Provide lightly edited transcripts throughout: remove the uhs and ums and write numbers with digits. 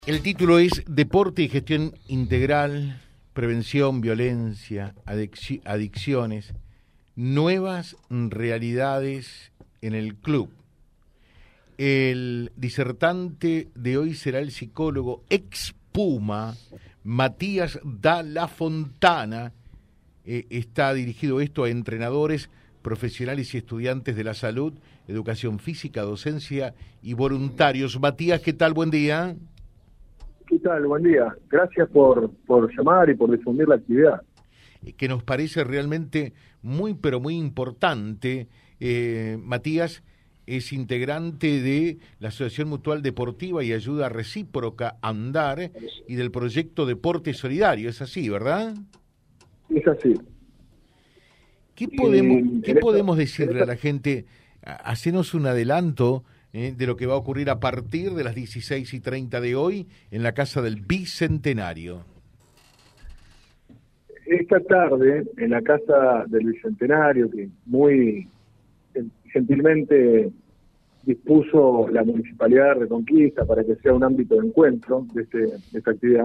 El título es Deporte y Gestión Integral, Prevención, Violencia, Adicciones, Nuevas Realidades en el Club. El disertante de hoy será el psicólogo ex Puma, Matías Dalla Fontana. Está dirigido esto a entrenadores, profesionales y estudiantes de la salud, educación física, docencia y voluntarios. Matías, ¿qué tal? Buen día. ¿Qué tal? Buen día. Gracias por llamar y por difundir la actividad. Que nos parece realmente muy, pero muy importante. Matías es integrante de la Asociación Mutual Deportiva y Ayuda Recíproca Andar y del proyecto Deporte Solidario. Es así, ¿verdad? Es así. ¿Qué podemos decirle a la gente? Hacenos un adelanto de lo que va a ocurrir a partir de las 16:30 de hoy en la Casa del Bicentenario. Esta tarde, en la Casa del Bicentenario, que muy gentilmente dispuso la Municipalidad de Reconquista para que sea un ámbito de encuentro de esta actividad,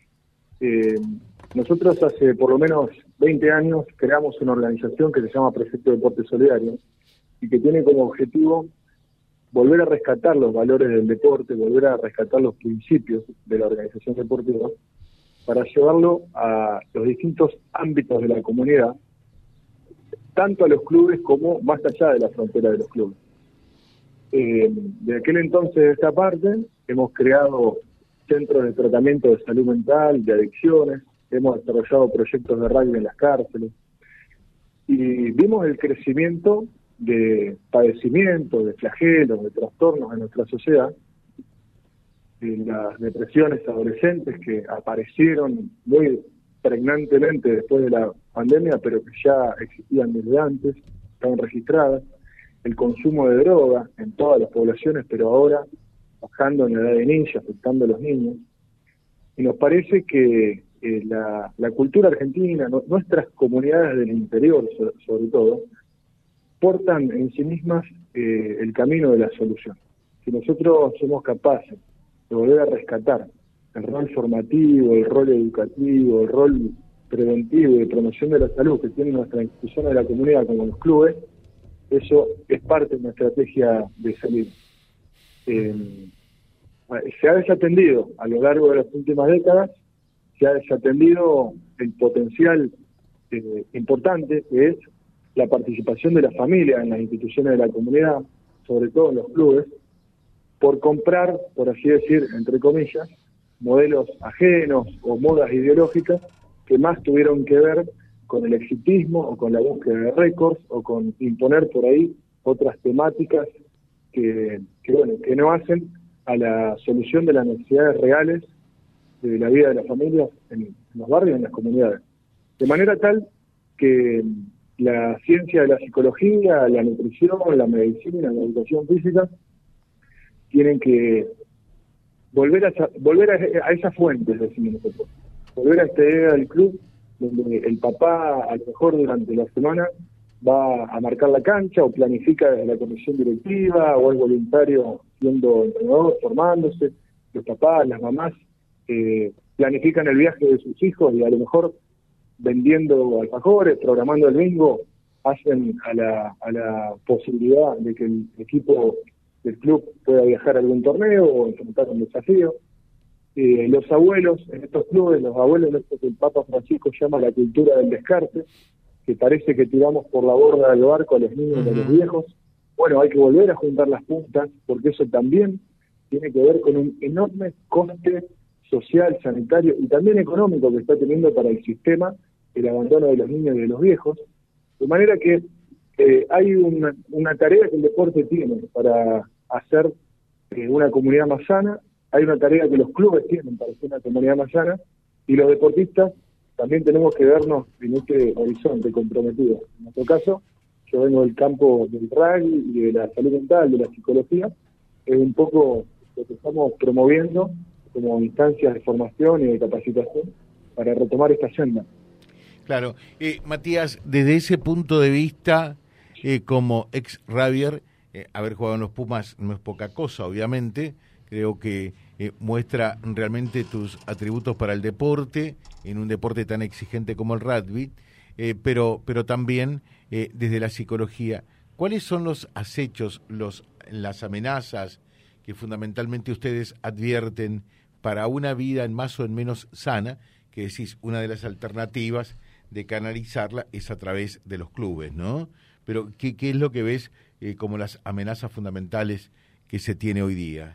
nosotros hace por lo menos 20 años creamos una organización que se llama Proyecto Deporte Solidario y que tiene como objetivo volver a rescatar los valores del deporte, volver a rescatar los principios de la organización deportiva para llevarlo a los distintos ámbitos de la comunidad, tanto a los clubes como más allá de la frontera de los clubes. De aquel entonces de esta parte hemos creado centros de tratamiento de salud mental, de adicciones, hemos desarrollado proyectos de rugby en las cárceles y vimos el crecimiento de padecimientos, de flagelos, de trastornos en nuestra sociedad, de las depresiones adolescentes que aparecieron muy pregnantemente después de la pandemia, pero que ya existían desde antes, estaban registradas, el consumo de droga en todas las poblaciones, pero ahora bajando en la edad de ninja, afectando a los niños, y nos parece que la cultura argentina, nuestras comunidades del interior sobre todo, portan en sí mismas el camino de la solución. Si nosotros somos capaces de volver a rescatar el rol formativo, el rol educativo, el rol preventivo y de promoción de la salud que tienen nuestras instituciones de la comunidad como los clubes, eso es parte de nuestra estrategia de salir. Se ha desatendido a lo largo de las últimas décadas, se ha desatendido el potencial importante que es la participación de la familia en las instituciones de la comunidad, sobre todo en los clubes, por comprar, por así decir, entre comillas, modelos ajenos o modas ideológicas que más tuvieron que ver con el exitismo o con la búsqueda de récords o con imponer por ahí otras temáticas que no hacen a la solución de las necesidades reales de la vida de las familias en los barrios y en las comunidades. De manera tal que la ciencia de la psicología, la nutrición, la medicina, la educación física, tienen que volver a esas fuentes, decimos nosotros. Volver a esta idea del club, donde el papá, a lo mejor durante la semana, va a marcar la cancha o planifica desde la comisión directiva o es voluntario siendo entrenador, formándose. Los papás, las mamás, planifican el viaje de sus hijos y a lo mejor vendiendo alfajores, programando el bingo, hacen a la posibilidad de que el equipo del club pueda viajar a algún torneo o enfrentar un desafío. Los abuelos en estos clubes, los abuelos en esto que el Papa Francisco llama la cultura del descarte, que parece que tiramos por la borda del barco a los niños y a los viejos. Bueno, hay que volver a juntar las puntas, porque eso también tiene que ver con un enorme coste social, sanitario y también económico que está teniendo para el sistema el abandono de los niños y de los viejos, de manera que hay una tarea que el deporte tiene para hacer una comunidad más sana, hay una tarea que los clubes tienen para hacer una comunidad más sana, y los deportistas también tenemos que vernos en este horizonte comprometido. En nuestro caso, yo vengo del campo del rugby y de la salud mental, de la psicología, es un poco lo que estamos promoviendo como instancias de formación y de capacitación para retomar esta senda. Claro. Matías, desde ese punto de vista, como ex-Ravier, haber jugado en los Pumas no es poca cosa, obviamente. Creo que muestra realmente tus atributos para el deporte, en un deporte tan exigente como el rugby, pero también desde la psicología. ¿Cuáles son los acechos, las amenazas que fundamentalmente ustedes advierten para una vida en más o en menos sana? Que decís, una de las alternativas de canalizarla es a través de los clubes, ¿no? Pero, ¿qué es lo que ves como las amenazas fundamentales que se tiene hoy día?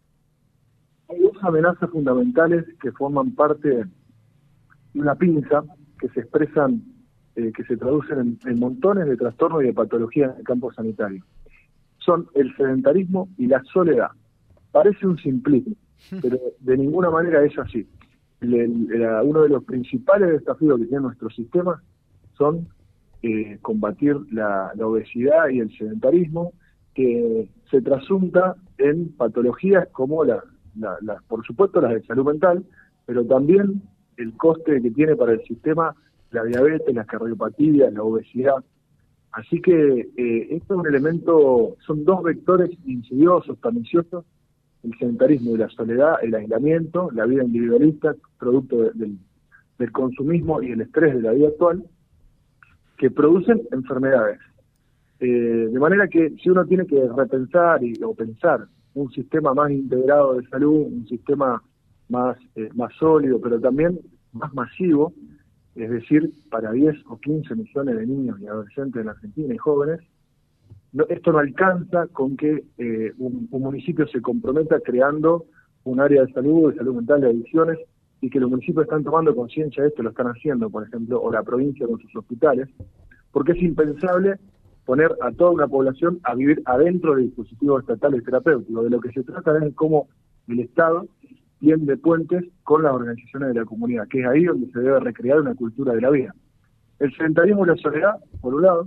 Hay dos amenazas fundamentales que forman parte de una pinza que se expresan, que se traducen en montones de trastornos y de patologías en el campo sanitario. Son el sedentarismo y la soledad. Parece un simplismo, pero de ninguna manera es así. Uno de los principales desafíos que tiene nuestro sistema son combatir la obesidad y el sedentarismo, que se trasunta en patologías como por supuesto las de salud mental, pero también el coste que tiene para el sistema la diabetes, las cardiopatías, la obesidad. Así que esto es un elemento, son dos vectores insidiosos, perniciosos: el sedentarismo y la soledad, el aislamiento, la vida individualista, producto del consumismo y el estrés de la vida actual, que producen enfermedades. De manera que si uno tiene que repensar o pensar un sistema más integrado de salud, un sistema más sólido, pero también más masivo, es decir, para 10 o 15 millones de niños y adolescentes en Argentina y jóvenes, esto no alcanza con que un municipio se comprometa creando un área de salud mental, de adicciones, y que los municipios están tomando conciencia de esto, lo están haciendo, por ejemplo, o la provincia con sus hospitales, porque es impensable poner a toda una población a vivir adentro de dispositivos estatales terapéuticos. De lo que se trata es de cómo el Estado tiende puentes con las organizaciones de la comunidad, que es ahí donde se debe recrear una cultura de la vida. El sedentarismo y la soledad, por un lado,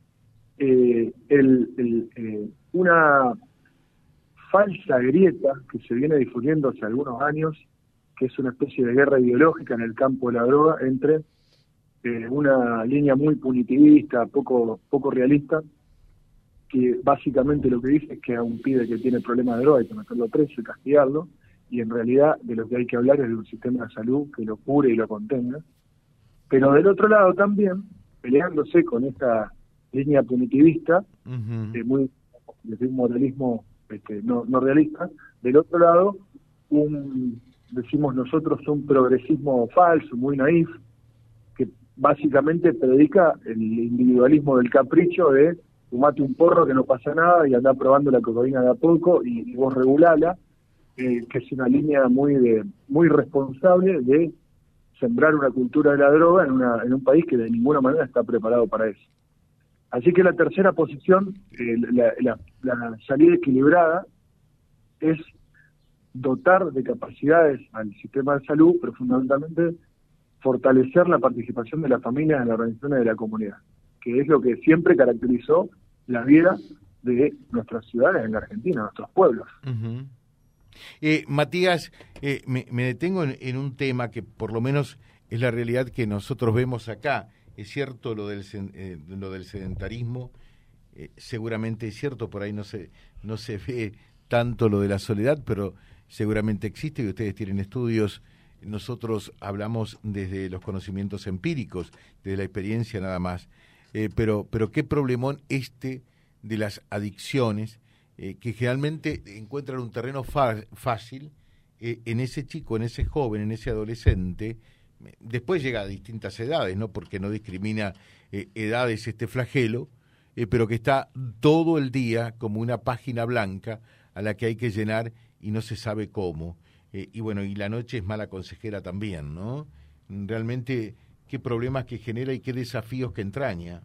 una falsa grieta que se viene difundiendo hace algunos años, que es una especie de guerra ideológica en el campo de la droga entre una línea muy punitivista, poco realista, que básicamente lo que dice es que a un pibe que tiene problemas de droga hay que meterlo preso y castigarlo, y en realidad de lo que hay que hablar es de un sistema de salud que lo cure y lo contenga. Pero del otro lado también, peleándose con esta línea punitivista, muy de un moralismo no realista, del otro lado, decimos nosotros, un progresismo falso, muy naif, que básicamente predica el individualismo del capricho de fumate un porro que no pasa nada y andá probando la cocaína de a poco y vos regulala, que es una línea muy responsable de sembrar una cultura de la droga en un país que de ninguna manera está preparado para eso. Así que la tercera posición, la salida equilibrada, es dotar de capacidades al sistema de salud, pero fundamentalmente fortalecer la participación de las familias en las organizaciones de la comunidad, que es lo que siempre caracterizó la vida de nuestras ciudades en la Argentina, nuestros pueblos. Matías, me detengo en un tema que por lo menos es la realidad que nosotros vemos acá. Es cierto lo del sedentarismo, seguramente es cierto, por ahí no se ve tanto lo de la soledad, pero seguramente existe y ustedes tienen estudios. Nosotros hablamos desde los conocimientos empíricos, desde la experiencia nada más. Pero qué problemón de las adicciones, que generalmente encuentran un terreno fácil en ese chico, en ese joven, en ese adolescente. Después llega a distintas edades, ¿no? Porque no discrimina edades este flagelo, pero que está todo el día como una página blanca a la que hay que llenar y no se sabe cómo. Y bueno, y la noche es mala consejera también, ¿no? Realmente, qué problemas que genera y qué desafíos que entraña.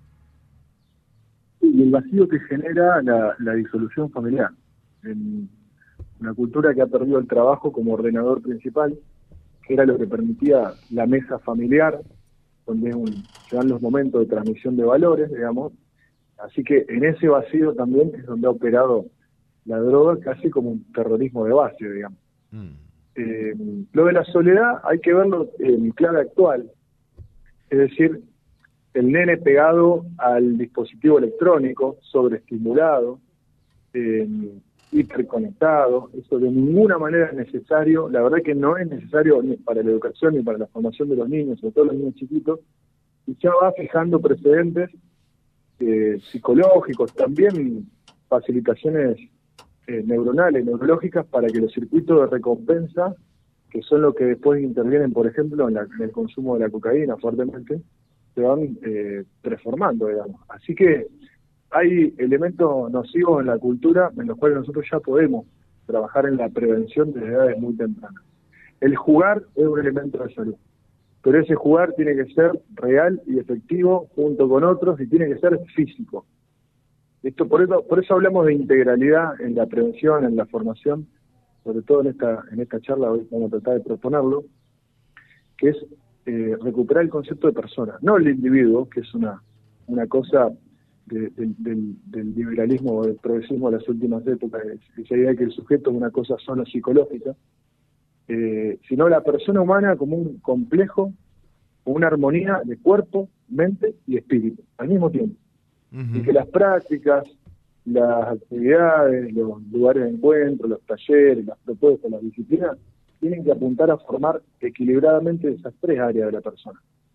Y el vacío que genera la disolución familiar. En una cultura que ha perdido el trabajo como ordenador principal, que era lo que permitía la mesa familiar, donde se dan los momentos de transmisión de valores, digamos. Así que en ese vacío también es donde ha operado la droga, casi como un terrorismo de base, digamos. Lo de la soledad hay que verlo en clave actual, es decir, el nene pegado al dispositivo electrónico, sobreestimulado, hiperconectados. Eso de ninguna manera es necesario. La verdad que no es necesario ni para la educación ni para la formación de los niños, sobre todo los niños chiquitos, y ya va fijando precedentes psicológicos, también facilitaciones neuronales, neurológicas, para que los circuitos de recompensa, que son los que después intervienen, por ejemplo, en el consumo de la cocaína fuertemente, se van transformando, digamos. Así que hay elementos nocivos en la cultura en los cuales nosotros ya podemos trabajar en la prevención desde edades muy tempranas. El jugar es un elemento de salud, pero ese jugar tiene que ser real y efectivo junto con otros, y tiene que ser físico. Por eso hablamos de integralidad en la prevención, en la formación, sobre todo en esta charla hoy vamos a tratar de proponerlo, que es recuperar el concepto de persona, no el individuo, que es una cosa del liberalismo o del progresismo de las últimas épocas, esa idea de que el sujeto es una cosa solo psicológica, sino la persona humana como un complejo, una armonía de cuerpo, mente y espíritu, al mismo tiempo. Uh-huh. Y que las prácticas, las actividades, los lugares de encuentro, los talleres, las propuestas, las disciplinas, tienen que apuntar a formar equilibradamente esas tres áreas de la persona.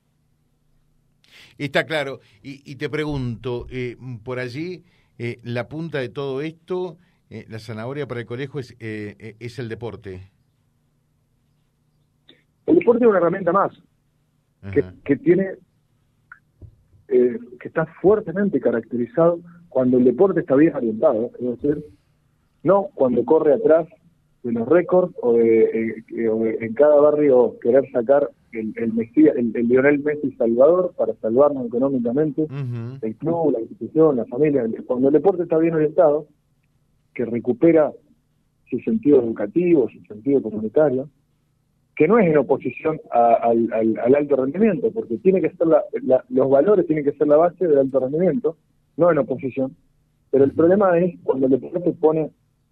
Está claro. Y te pregunto, por allí, la punta de todo esto, la zanahoria para el colegio es el deporte. El deporte es una herramienta más, que tiene, que está fuertemente caracterizado cuando el deporte está bien orientado, es decir, no cuando corre atrás de los récords o en cada barrio querer sacar el Lionel Messi Salvador para salvarnos económicamente, el club, la institución, la familia. Cuando el deporte está bien orientado, que recupera su sentido educativo, su sentido comunitario, que no es en oposición al alto rendimiento, porque tiene que ser los valores tienen que ser la base del alto rendimiento, no en oposición. Pero el problema es cuando el deporte pone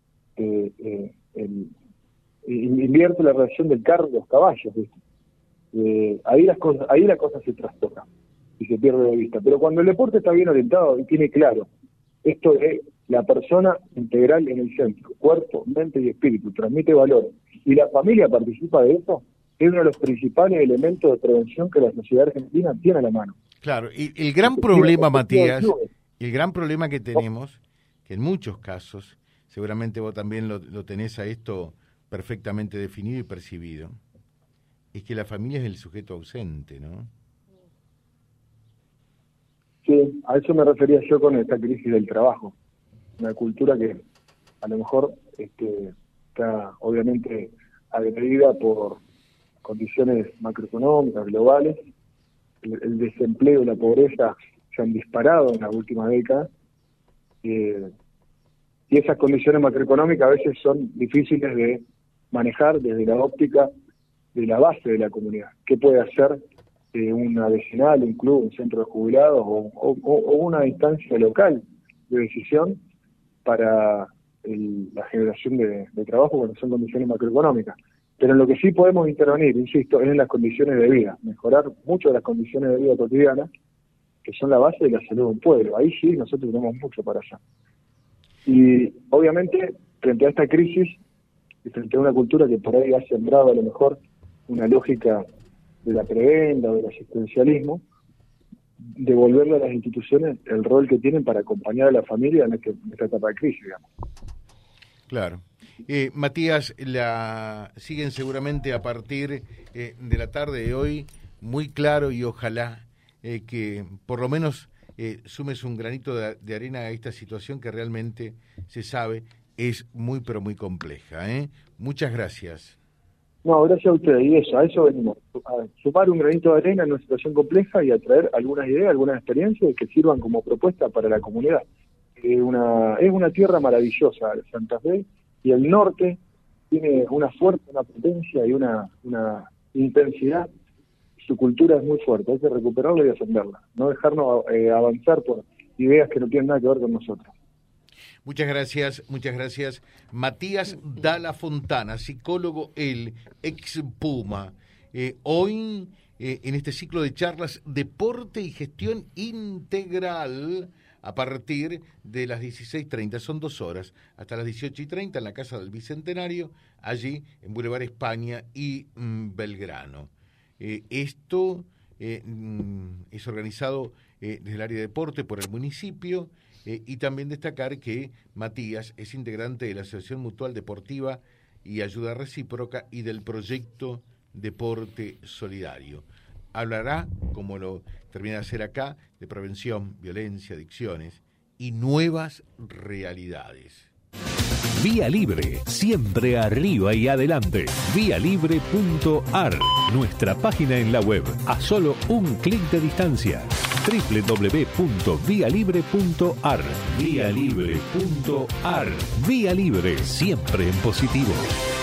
invierte la relación del carro y los caballos, ¿viste? Ahí la cosa se trastoca y se pierde de vista. Pero cuando el deporte está bien orientado y tiene claro esto es la persona integral en el centro, cuerpo, mente y espíritu, transmite valores, y la familia participa de eso, es uno de los principales elementos de prevención que la sociedad argentina tiene a la mano. Claro, y el gran problema, Matías, el gran problema que tenemos, que en muchos casos, seguramente vos también lo tenés a esto perfectamente definido y percibido, es que la familia es el sujeto ausente, ¿no? Sí, a eso me refería yo con esta crisis del trabajo. Una cultura que a lo mejor está obviamente agredida por condiciones macroeconómicas globales. El desempleo y la pobreza se han disparado en las últimas décadas. Y esas condiciones macroeconómicas a veces son difíciles de manejar desde la óptica de la base de la comunidad. ¿Qué puede hacer una vecinal, un club, un centro de jubilados o una instancia local de decisión para la generación de trabajo cuando son condiciones macroeconómicas? Pero en lo que sí podemos intervenir, insisto, es en las condiciones de vida, mejorar mucho de las condiciones de vida cotidianas, que son la base de la salud de un pueblo. Ahí sí nosotros tenemos mucho para allá. Y obviamente, frente a esta crisis, y frente a una cultura que por ahí ha sembrado a lo mejor una lógica de la prebenda o del asistencialismo, devolverle a las instituciones el rol que tienen para acompañar a la familia en esta etapa de crisis, digamos. Claro. Matías, siguen seguramente a partir de la tarde de hoy, muy claro, y ojalá que por lo menos sumes un granito de arena a esta situación que realmente se sabe es muy pero muy compleja. Muchas gracias. No, gracias a ustedes, y a eso venimos, a sumar un granito de arena en una situación compleja y a traer algunas ideas, algunas experiencias que sirvan como propuesta para la comunidad. Es una tierra maravillosa, Santa Fe, y el norte tiene una fuerza, una potencia y una intensidad. Su cultura es muy fuerte, hay que recuperarla y defenderla, no dejarnos avanzar por ideas que no tienen nada que ver con nosotros. Muchas gracias. Matías Dalla Fontana, psicólogo, ex Puma. Hoy, en este ciclo de charlas, Deporte y Gestión Integral, a partir de las 16:30, son 2 horas, hasta las 18:30 en la Casa del Bicentenario, allí en Boulevard España y Belgrano. Esto es organizado desde el área de deporte por el municipio, y también destacar que Matías es integrante de la Asociación Mutual Deportiva y Ayuda Recíproca y del proyecto Deporte Solidario. Hablará, como lo termina de hacer acá, de prevención, violencia, adicciones y nuevas realidades. Vía Libre, siempre arriba y adelante. Vialibre.ar, nuestra página en la web, a solo un clic de distancia. www.vialibre.ar. Vialibre.ar. Vía Libre, siempre en positivo.